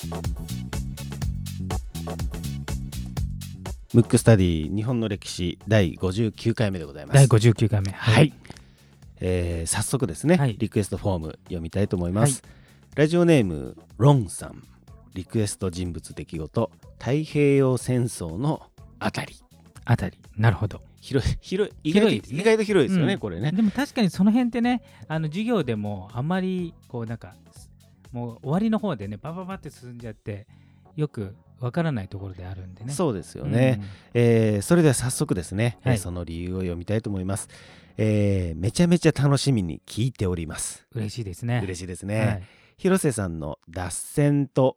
ムックスタディ日本の歴史第59回目でございます。 第59回目。 はい、早速ですね、 はい、 リクエストフォーム読みたいと思います。はい、ラジオネームロンさん、リクエスト人物出来事、太平洋戦争のあたり。 なるほど。 意外と広いですよね、これね。 でも確かにその辺ってね、授業でもあんまりこうなんかもう終わりの方でねバババって進んじゃってよくわからないところであるんでね。 そうですよね。それでは早速ですね、はい、その理由を読みたいと思います。めちゃめちゃ楽しみに聞いております。 嬉しいですね。 はい、広瀬さんの脱線と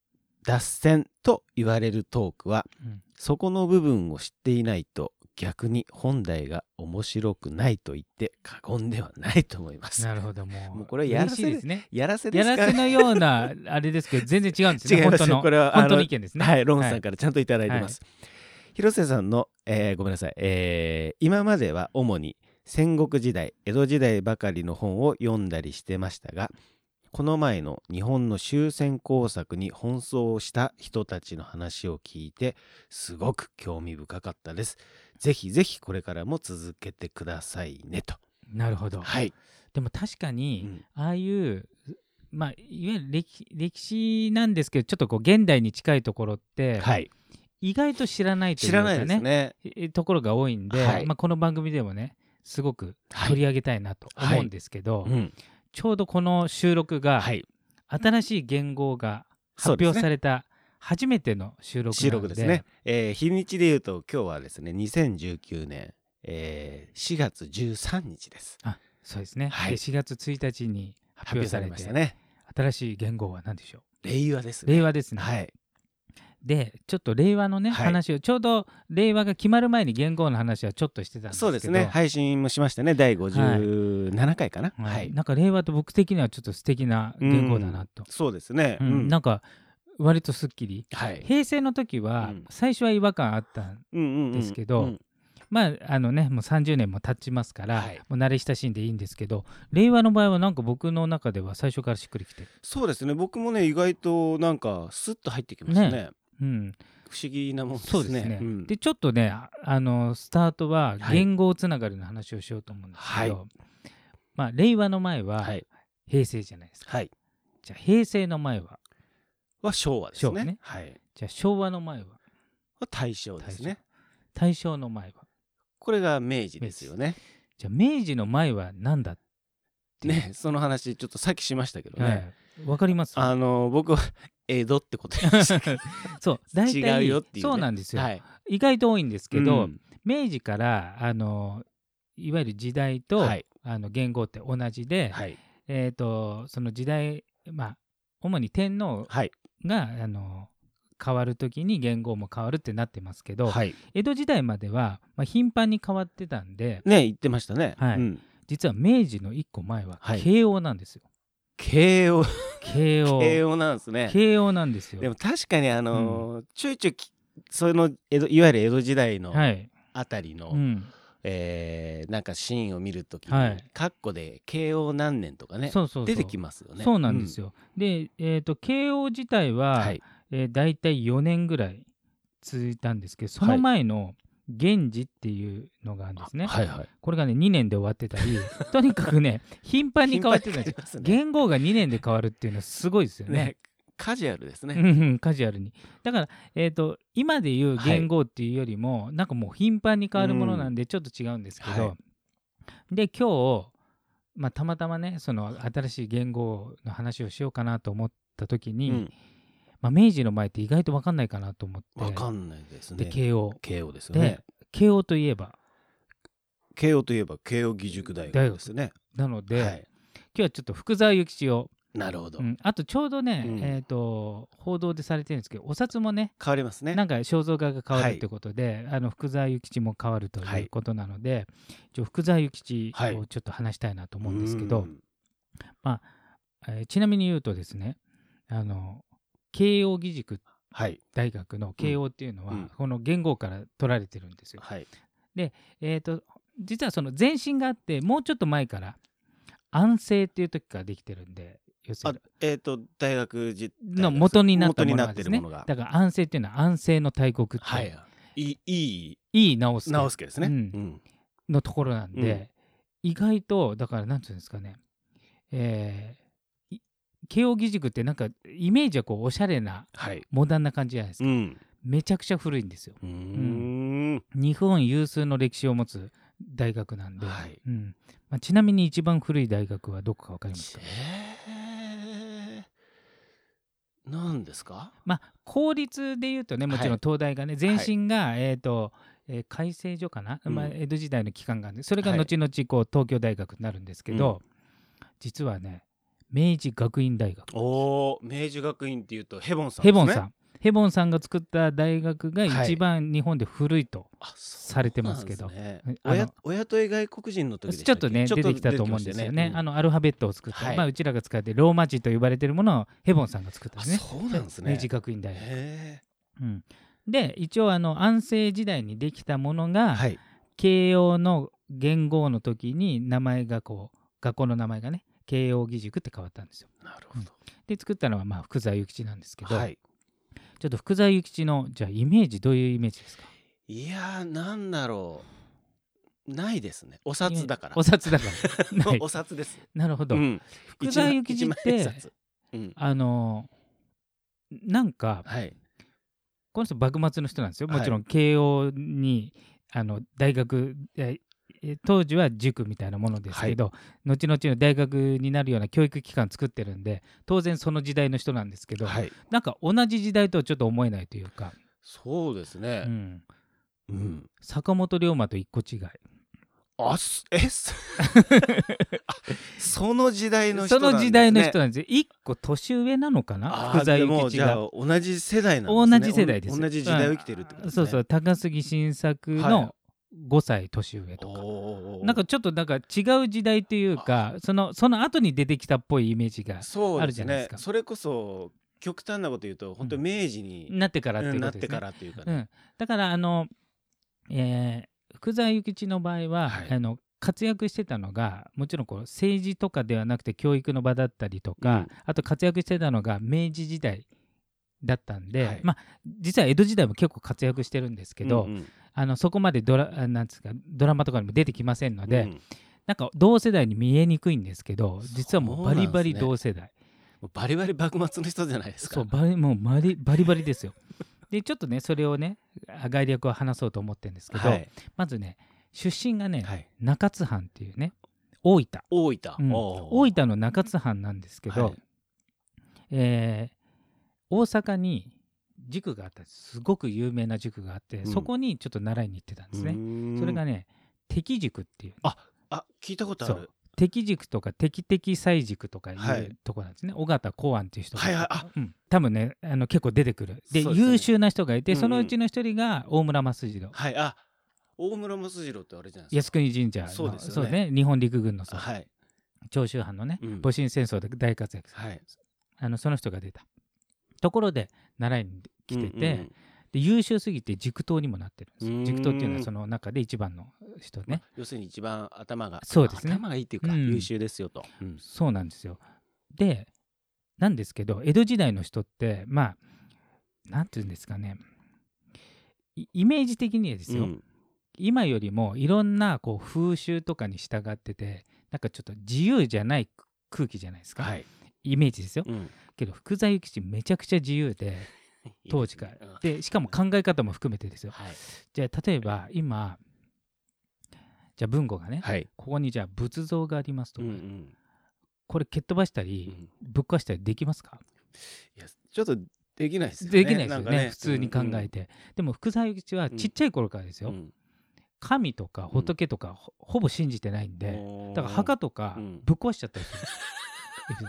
言われるトークは、そこの部分を知っていないと逆に本題が面白くないと言って過言ではないと思います。 なるほど。もうこれはやらせですね。やらせですか、 やらせのようなあれですけど全然違うんですね。 違いますよ。これは本当の意見ですね。 はい、ロンさんからちゃんといただいてます。はい、広瀬さんの、ごめんなさい、今までは主に戦国時代、江戸時代ばかりの本を読んだりしてましたが、この前の日本の終戦工作に奔走した人たちの話を聞いてすごく興味深かったです。ぜひぜひこれからも続けてくださいねと。 なるほど。 はい。 でも確かに、ああいういわゆる歴史なんですけどちょっとこう現代に近いところって、はい、意外と知らないというかね、ところが多いんで、はい、この番組でもねすごく取り上げたいなと思うんですけど、ちょうどこの収録が、新しい元号が発表された初めての収録ですね。日にちでいうと今日はですね2019年、4月13日です。 そうですね。はい、4月1日に発表されましたね。新しい元号は何でしょう？ 令和ですね。 令和ですね。はい。でちょっと令和のね、話をちょうど令和が決まる前に元号の話はちょっとしてたんですけど、 そうですね、配信もしましたね。第57回かな。 はい、なんか令和と僕的にはちょっと素敵な元号だなと。 そうですね。 なんか割とすっきり、平成の時は最初は違和感あったんですけど、まあもう30年も経ちますから、もう慣れ親しんでいいんですけど、令和の場合はなんか僕の中では最初からしっくりきてる。 そうですね、僕もね意外となんかスッと入ってきましたね。不思議なもんですね。 そうですね。でちょっとねスタートは元号つながりの話をしようと思うんですけど、令和の前は平成じゃないですか。じゃあ平成の前は昭和ですね。 じゃあ昭和の前は大正ですね。 大正の前はこれが明治ですよね。 じゃあ明治の前は何だってね、その話ちょっとさっきしましたけどね。 わかります？ 僕は江戸ってことでした。 そう大体違うよっていう、 そうなんですよ。意外と多いんですけど、明治からいわゆる時代と元号って同じで、その時代主に天皇が変わるときに元号も変わるってなってますけど、江戸時代までは頻繁に変わってたんでね、言ってましたね。 実は明治の1個前は慶応なんですよ。 慶応なんですね。 慶応なんですよ。 でも確かにちょいちょいそのいわゆる江戸時代のあたりの、なんかシーンを見るときに括弧で慶応何年とかね出てきますよね。 そうなんですよ。で慶応自体はだいたい4年ぐらい続いたんですけど、その前の元治っていうのがあるんですね。これがね2年で終わってたりとにかくね頻繁に変わってたんですよ。元号が2年で変わるっていうのはすごいですよね。 カジュアルですね。 カジュアルに。だから、今でいう元号っていうよりも、なんかもう頻繁に変わるものなんでちょっと違うんですけど、で今日、たまたまねその新しい元号の話をしようかなと思った時に、明治の前って意外と分かんないかなと思って。 分かんないですね。 で慶応ですよね。 慶応といえば慶応義塾大学ですね。 なので、今日はちょっと福沢諭吉を。 なるほど。 あとちょうどね、報道でされてるんですけど、お札もね変わりますね。 なんか肖像画が変わるということで、福沢諭吉も変わるということなので、福沢諭吉をちょっと話したいなと思うんですけど、ちなみに言うとですね、慶応義塾大学の慶応っていうのは、この元号から取られてるんですよ。で、実はその前身があって、もうちょっと前から安政っていう時からできてるんで、 要するに大学の元になったものですね。だから安政っていうのは安政の大国って、はい、 いい直輔ですね、 のところなんで、意外とだからなんていうんですかね、慶應義塾ってなんかイメージはこうおしゃれな、モダンな感じじゃないですか、めちゃくちゃ古いんですよ。日本有数の歴史を持つ大学なんで、ちなみに一番古い大学はどこか分かりますか？ 何ですか？ 公立でいうとね、もちろん東大がね、前身が、開成所かな、江戸時代の期間があるんで、それが後々こう東京大学になるんですけど、実はね、明治学院大学。 明治学院っていうとヘボンさんですね。 ヘボンさんが作った大学が一番日本で古いとされてますけど、 親と外国人の時でしたっけ？ ちょっとね出てきたと思うんですよね。アルファベットを作った、うちらが使ってローマ字と呼ばれているものをヘボンさんが作ったんですね。 そうなんですね。 明治学院大学。で一応安政時代にできたものが、慶応の元号の時に名前がこう学校の名前がね慶応義塾って変わったんですよ。 なるほど。 で作ったのは福沢諭吉なんですけど、ちょっと福沢諭吉のじゃあイメージどういうイメージですか？ いやなんだろう、ないですね。お札だから。 お札だから。 お札です。 なるほど。福沢諭吉ってなんか、この人幕末の人なんですよ。もちろん慶応に大学当時は塾みたいなものですけど、後々の大学になるような教育機関作ってるんで、当然その時代の人なんですけど、なんか同じ時代とはちょっと思えないというか。 そうですね。 坂本龍馬と一個違い。 その時代の人なんですね。その時代の人なんですよ。一個年上なのかな、福沢諭吉が。 同じ世代なんですね。 同じ世代です。 同じ時代を生きてるってことですね。 そう高杉晋作の5歳年上とか、なんかちょっとなんか違う時代というか、その後に出てきたっぽいイメージがあるじゃないですか。 それこそ極端なこと言うと本当に明治になってからっていうことですね。だから福沢諭吉の場合は、活躍してたのがもちろんこう政治とかではなくて教育の場だったりとか、あと活躍してたのが明治時代だったんで、実は江戸時代も結構活躍してるんですけど、そこまでなんですか、ドラマとかにも出てきませんので、なんか同世代に見えにくいんですけど、実はもうバリバリ同世代。 バリバリ幕末の人じゃないですか。 もうバリバリですよ。でちょっとねそれをね概略を話そうと思ってるんですけど、まずね出身がね、中津藩っていうね大分の中津藩なんですけど、大阪に塾があった、すごく有名な塾があって、そこにちょっと習いに行ってたんですね。それがね敵塾っていう、 聞いたことある。 敵塾とか敵祭塾とかいうところなんですね。尾形公安っていう人が、多分ね結構出てくる。で優秀な人がいて、そのうちの一人が大村益次郎。 大村益次郎ってあれじゃないですか。靖国神社のそうね、日本陸軍の長州藩のね、戊辰戦争で大活躍する、その人が出たところで習いに来てて、で優秀すぎて塾頭にもなってるんですよ。塾頭っていうのはその中で一番の人ね、 要するに一番頭が頭がいいっていうか、優秀ですよと、 そうなんですよ。でなんですけど江戸時代の人ってなんていうんですかね、イメージ的にはですよ、今よりもいろんなこう風習とかに従ってて、なんかちょっと自由じゃない空気じゃないですか、イメージですよ、けど福沢諭吉めちゃくちゃ自由で当時からで、しかも考え方も含めてですよ、じゃあ例えば今じゃあ文吾がね、ここにじゃあ仏像がありますとか、これ蹴っ飛ばしたり、ぶっ壊したりできますか？ いやちょっとできないですよね。 できないですよね、普通に考えて。でも福沢諭吉はちっちゃい頃からですよ、神とか仏とかほぼ信じてないんで、だから墓とかぶっ壊しちゃったりする。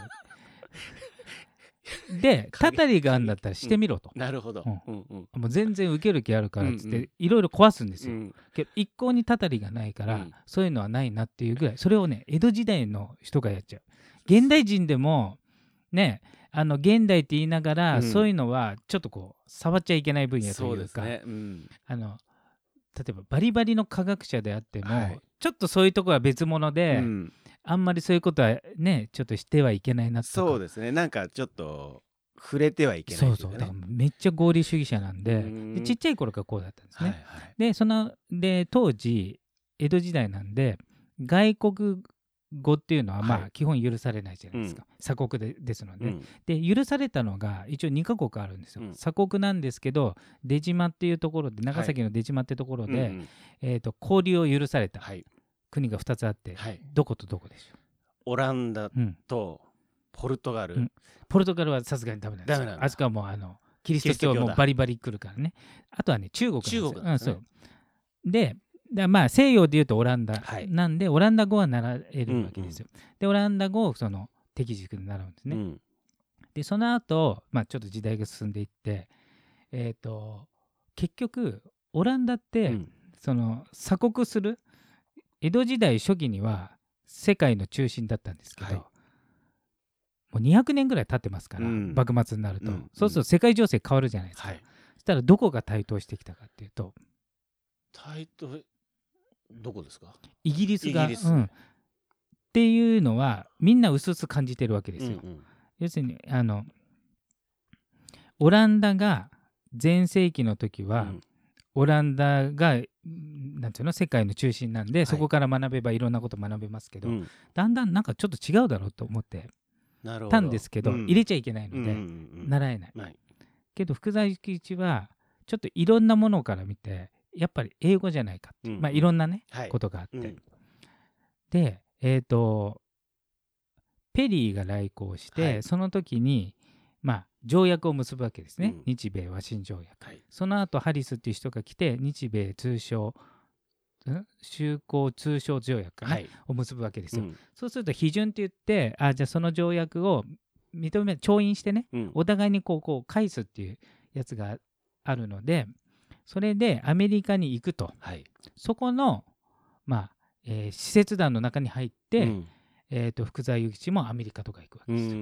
でたたりがあるんだったらしてみろと。 なるほど。 もう全然受ける気あるからっつっていろいろ壊すんですよ。けど一向にたたりがないから、そういうのはないなっていうぐらい、それをね江戸時代の人がやっちゃう。現代人でもね、現代って言いながら、そういうのはちょっとこう触っちゃいけない分野というか、例えばバリバリの科学者であっても、ちょっとそういうところは別物で、 あんまりそういうことはねちょっとしてはいけないなとか。 そうですね、なんかちょっと触れてはいけないというか、ね、 そうそう、だからめっちゃ合理主義者なんで、ちっちゃい頃からこうだったんですね、はいはい、で当時江戸時代なんで外国語っていうのはまあ基本許されないじゃないですか、鎖国ですので、で許されたのが一応2カ国あるんですよ、鎖国なんですけど出島っていうところで、長崎の出島ってところで、交流を許された国が2つあって、どことどこでしょう？ オランダとポルトガル、 ポルトガルはさすがにダメなんですよ。あそこはもうキリスト教もバリバリ来るからね。あとはね中国なんですよ。そうでまあ西洋でいうとオランダなんで、オランダ語は習えるわけですよ。でオランダ語をその適軸で習うんですね。でその後、まあちょっと時代が進んでいって、結局オランダって、その鎖国する江戸時代初期には世界の中心だったんですけど、もう200年ぐらい経ってますから、幕末になると、そうすると世界情勢変わるじゃないですか、そしたらどこが台頭してきたかっていうと、 どこですか？ イギリスが、っていうのはみんな薄々感じてるわけですよ、要するにオランダが全盛期の時は、オランダがなんていうの世界の中心なんで、そこから学べばいろんなこと学べますけど、だんだんなんかちょっと違うだろうと思ってたんですけど、入れちゃいけないので、習えない、けど福沢諭吉はちょっといろんなものから見てやっぱり英語じゃないかって、まあいろんなね、ことがあって、でペリーが来航して、その時にまあ条約を結ぶわけですね、日米和親条約、その後ハリスっていう人が来て日米通商修好通商条約かな、を結ぶわけですよ、そうすると批准って言って、じゃあその条約を認め調印してね、お互いにこう返すっていうやつがあるので、それでアメリカに行くと、そこの、まあ使節団の中に入って、福沢諭吉もアメリカとか行くわけですよ。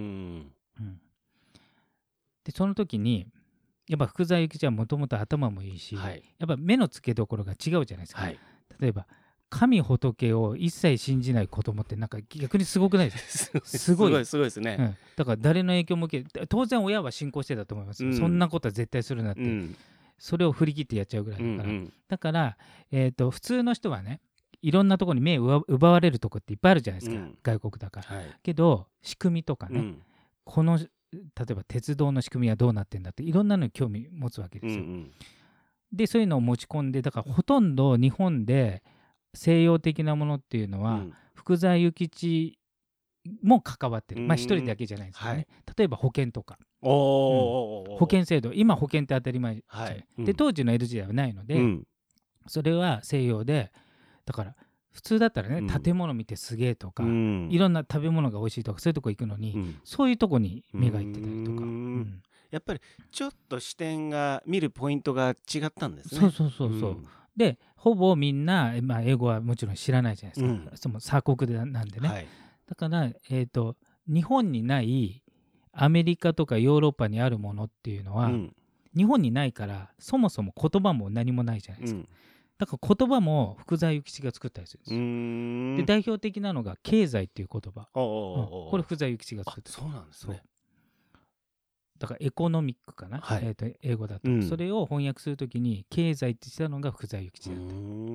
でその時にやっぱ福沢諭吉はもともと頭もいいし、やっぱ目の付けどころが違うじゃないですか、例えば神仏を一切信じない子供ってなんか逆にすごくないですか？すごいですね、 だから誰の影響も受け、当然親は信仰してたと思います、そんなことは絶対するなって、それを振り切ってやっちゃうぐらいだから、だから、普通の人はねいろんなところに目を奪われるとこっていっぱいあるじゃないですか、外国だから、けど仕組みとかね、この例えば鉄道の仕組みはどうなってんだっていろんなのに興味持つわけですよ、でそういうのを持ち込んで、だからほとんど日本で西洋的なものっていうのは、福沢諭吉も関わってる、まあ一人だけじゃないですけどね、例えば保険とか、保険制度、今保険って当たり前じゃない、で当時の江戸時代はないので、それは西洋で、だから普通だったらね、建物見てすげえとか、いろんな食べ物が美味しいとかそういうとこ行くのに、そういうとこに目がいってたりとか、 やっぱりちょっと視点が見るポイントが違ったんですね。 そうでほぼみんな、まあ、英語はもちろん知らないじゃないですか、その鎖国なんでね、だから、日本にないアメリカとかヨーロッパにあるものっていうのは、日本にないからそもそも言葉も何もないじゃないですか、だから言葉も福沢諭吉が作ったりするんですよ。で代表的なのが経済っていう言葉、これ福沢諭吉が作った。 そうなんですね。 だからエコノミックかな、英語だと、それを翻訳するときに経済って言ってたのが福沢諭吉だった。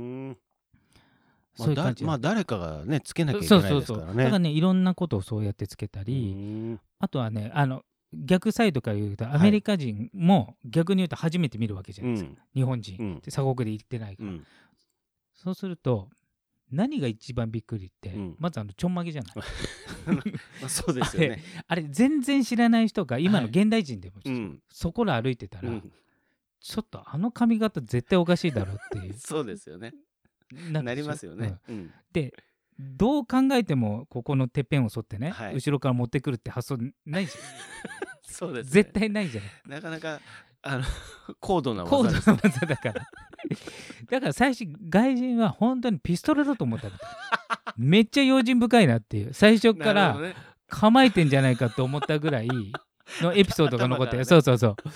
そういう感じ。 まあ誰かがねつけなきゃいけないですからね。 だからねいろんんなことをそうやってつけたり、あとはね逆サイドから言うとアメリカ人も逆に言うと初めて見るわけじゃないですか、日本人って鎖国で行ってないから、そうすると何が一番びっくりって、まずちょんまげじゃないそうですよねあれ全然知らない人が今の現代人でも、そこら歩いてたら、ちょっと髪型絶対おかしいだろうっていうそうですよね、なりますよね、 でどう考えてもここのてっぺんを沿ってね、後ろから持ってくるって発想ないじゃんそうですね、 絶対ないじゃない。 なかなか高度な技です、ね、 高度な技だから最初外人は本当にピストルだと思ったみたいめっちゃ用心深いなっていう、最初から構えてんじゃないかと思ったぐらいのエピソードが残ってる、そう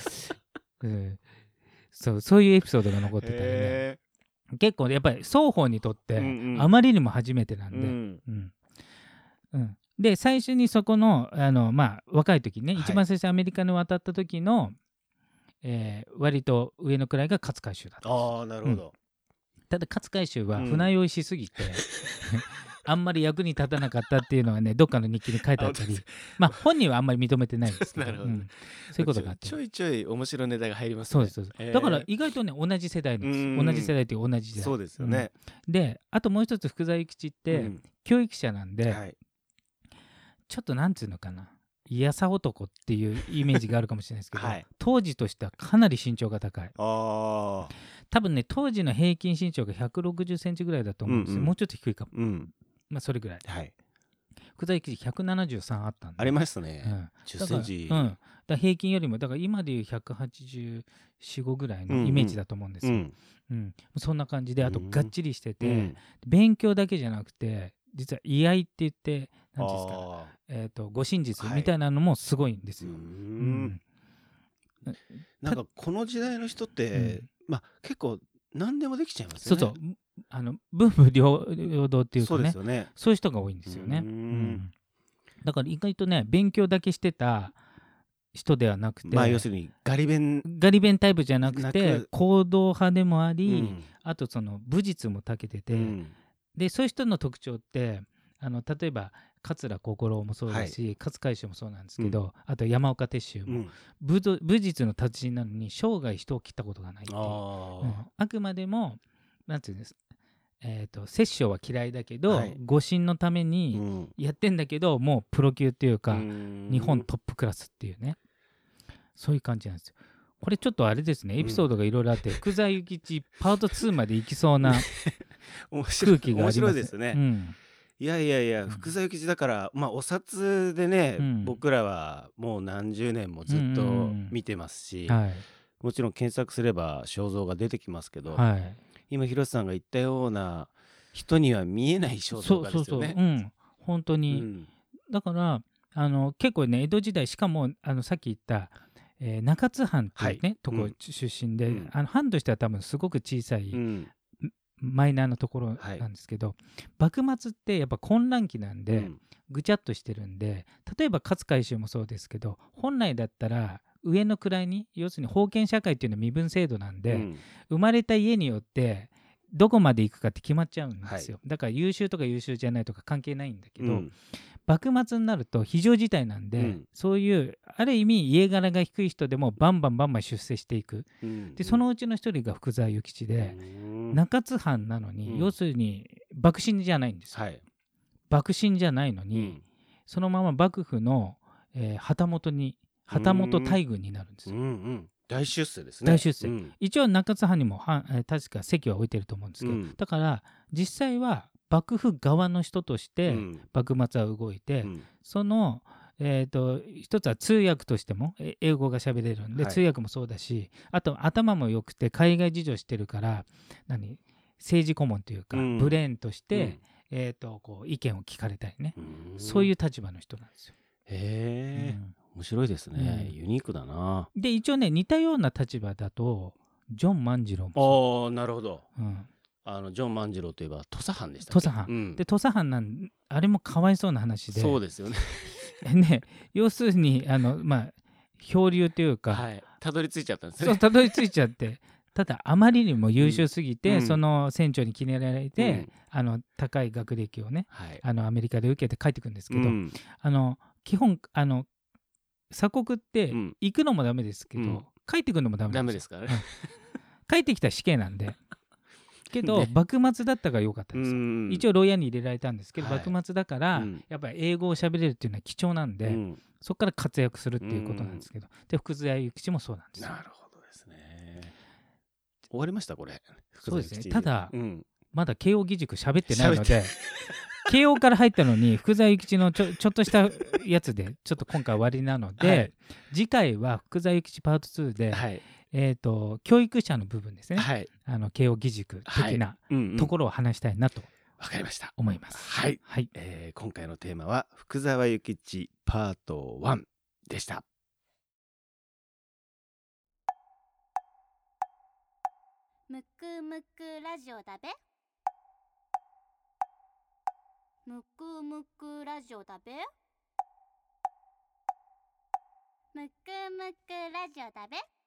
いうエピソードが残ってたりね、結構やっぱり双方にとってあまりにも初めてなんで、 で最初にそこの、若い時ね、一番最初アメリカに渡った時の、割と上の位が勝海舟だったんです。 あ、なるほど。 ただ勝海舟は船酔いしすぎて、あんまり役に立たなかったっていうのはね、どっかの日記に書いてあったり、本人はあんまり認めてないんですけど、 なるほど、 そういうことがあって、 ちょいちょい面白いネタが入りますね。 そうです、だから意外とね、同じ世代なんです。同じ世代という同じ時代。 そうですよね。 で、あともう一つ福沢諭吉って、教育者なんで、ちょっとなんていうのかな、いやさ男っていうイメージがあるかもしれないですけど、当時としてはかなり身長が高い。多分ね、当時の平均身長が160センチぐらいだと思うんですよ。もうちょっと低いかも。それぐらい。福沢諭吉173あったんで。 ありましたね。10センチ。 だ平均よりも、だから今でいう184、5ぐらいのイメージだと思うんですよ。そんな感じで、あとがっちりしてて、勉強だけじゃなくて、実は居合って言って、何ていうんですか、護身術みたいなのもすごいんですよ。 なんかこの時代の人って、結構何でもできちゃいますよね。 そう文武両道っていうかね、そういう人が多いんですよね。だから意外とね、勉強だけしてた人ではなくて、 要するにガリ勉タイプじゃなくて行動派でもあり、あとその武術も長けてて、でそういう人の特徴って、例えば桂心もそうだし、勝海舟もそうなんですけど、あと山岡鉄舟も、武術の達人なのに生涯人を切ったことがないっていう、あくまでもなんていうんです、殺生は嫌いだけど、護身のためにやってんだけど、もうプロ級っていうか、日本トップクラスっていうね、そういう感じなんですよ。これちょっとあれですね、エピソードがいろいろあって、福沢諭吉パート2まで行きそうな空気があります。 面白いですね。いや、福沢諭吉だから、お札でね、僕らはもう何十年もずっと見てますし、もちろん検索すれば肖像が出てきますけど、今広瀬さんが言ったような人には見えない肖像画ですよね。 本当に、だから結構ね、江戸時代、しかもさっき言った中津藩っていうね、とこ出身で、藩としては多分すごく小さい、マイナーなところなんですけど、幕末ってやっぱ混乱期なんで、ぐちゃっとしてるんで、例えば勝海舟もそうですけど、本来だったら上の位に、要するに封建社会っていうのは身分制度なんで、生まれた家によってどこまで行くかって決まっちゃうんですよ。だから優秀とか優秀じゃないとか関係ないんだけど、幕末になると非常事態なんで、そういうある意味家柄が低い人でもバンバン出世していく、でそのうちの一人が福沢諭吉で、中津藩なのに、要するに幕臣じゃないんですよ。幕臣じゃないのに、そのまま幕府の、旗本大軍になるんですよ。 大出世ですね。 大出世、一応中津藩にも確か籍は置いてると思うんですけど、だから実際は幕府側の人として幕末は動いて、その一つは通訳としても英語が喋れるんで、通訳もそうだし、あと頭も良くて海外事情してるから、政治顧問というか、ブレーンとして、こう意見を聞かれたりね、そういう立場の人なんですよ。 へえ、面白いですね。ユニークだな。 で一応ね、似たような立場だとジョン万次郎も。 なるほど。ジョン万次郎といえば土佐藩でしたっけ。 土佐藩、で土佐藩あれもかわいそうな話で、 そうですよね。 要するに漂流というか、 たどり着いちゃったんですね。 そう、たどり着いちゃって、ただあまりにも優秀すぎて、その船長に気に入られて、高い学歴をね、アメリカで受けて帰ってくるんですけど、基本鎖国って行くのもダメですけど、帰ってくるのもダメですからね。帰ってきたら死刑なんで。けど幕末だったから良かったんですよ。一応牢屋に入れられたんですけど、幕末だからやっぱり英語を喋れるっていうのは貴重なんで、そこから活躍するっていうことなんですけど、で福沢諭吉もそうなんですよ。 なるほどですね。終わりましたこれ。 そうですね。ただ、まだ慶應義塾喋ってないので、慶応から入ったのに福沢諭吉のちょっとしたやつでちょっと今回終わりなので、次回は福沢諭吉パート2で、教育者の部分ですね、慶應義塾的なところを話したいなと思います。 今回のテーマは福沢諭吉パート1でした。 むくむくラジオだべ。 むくむくラジオだべ。むくむくラジオだべ。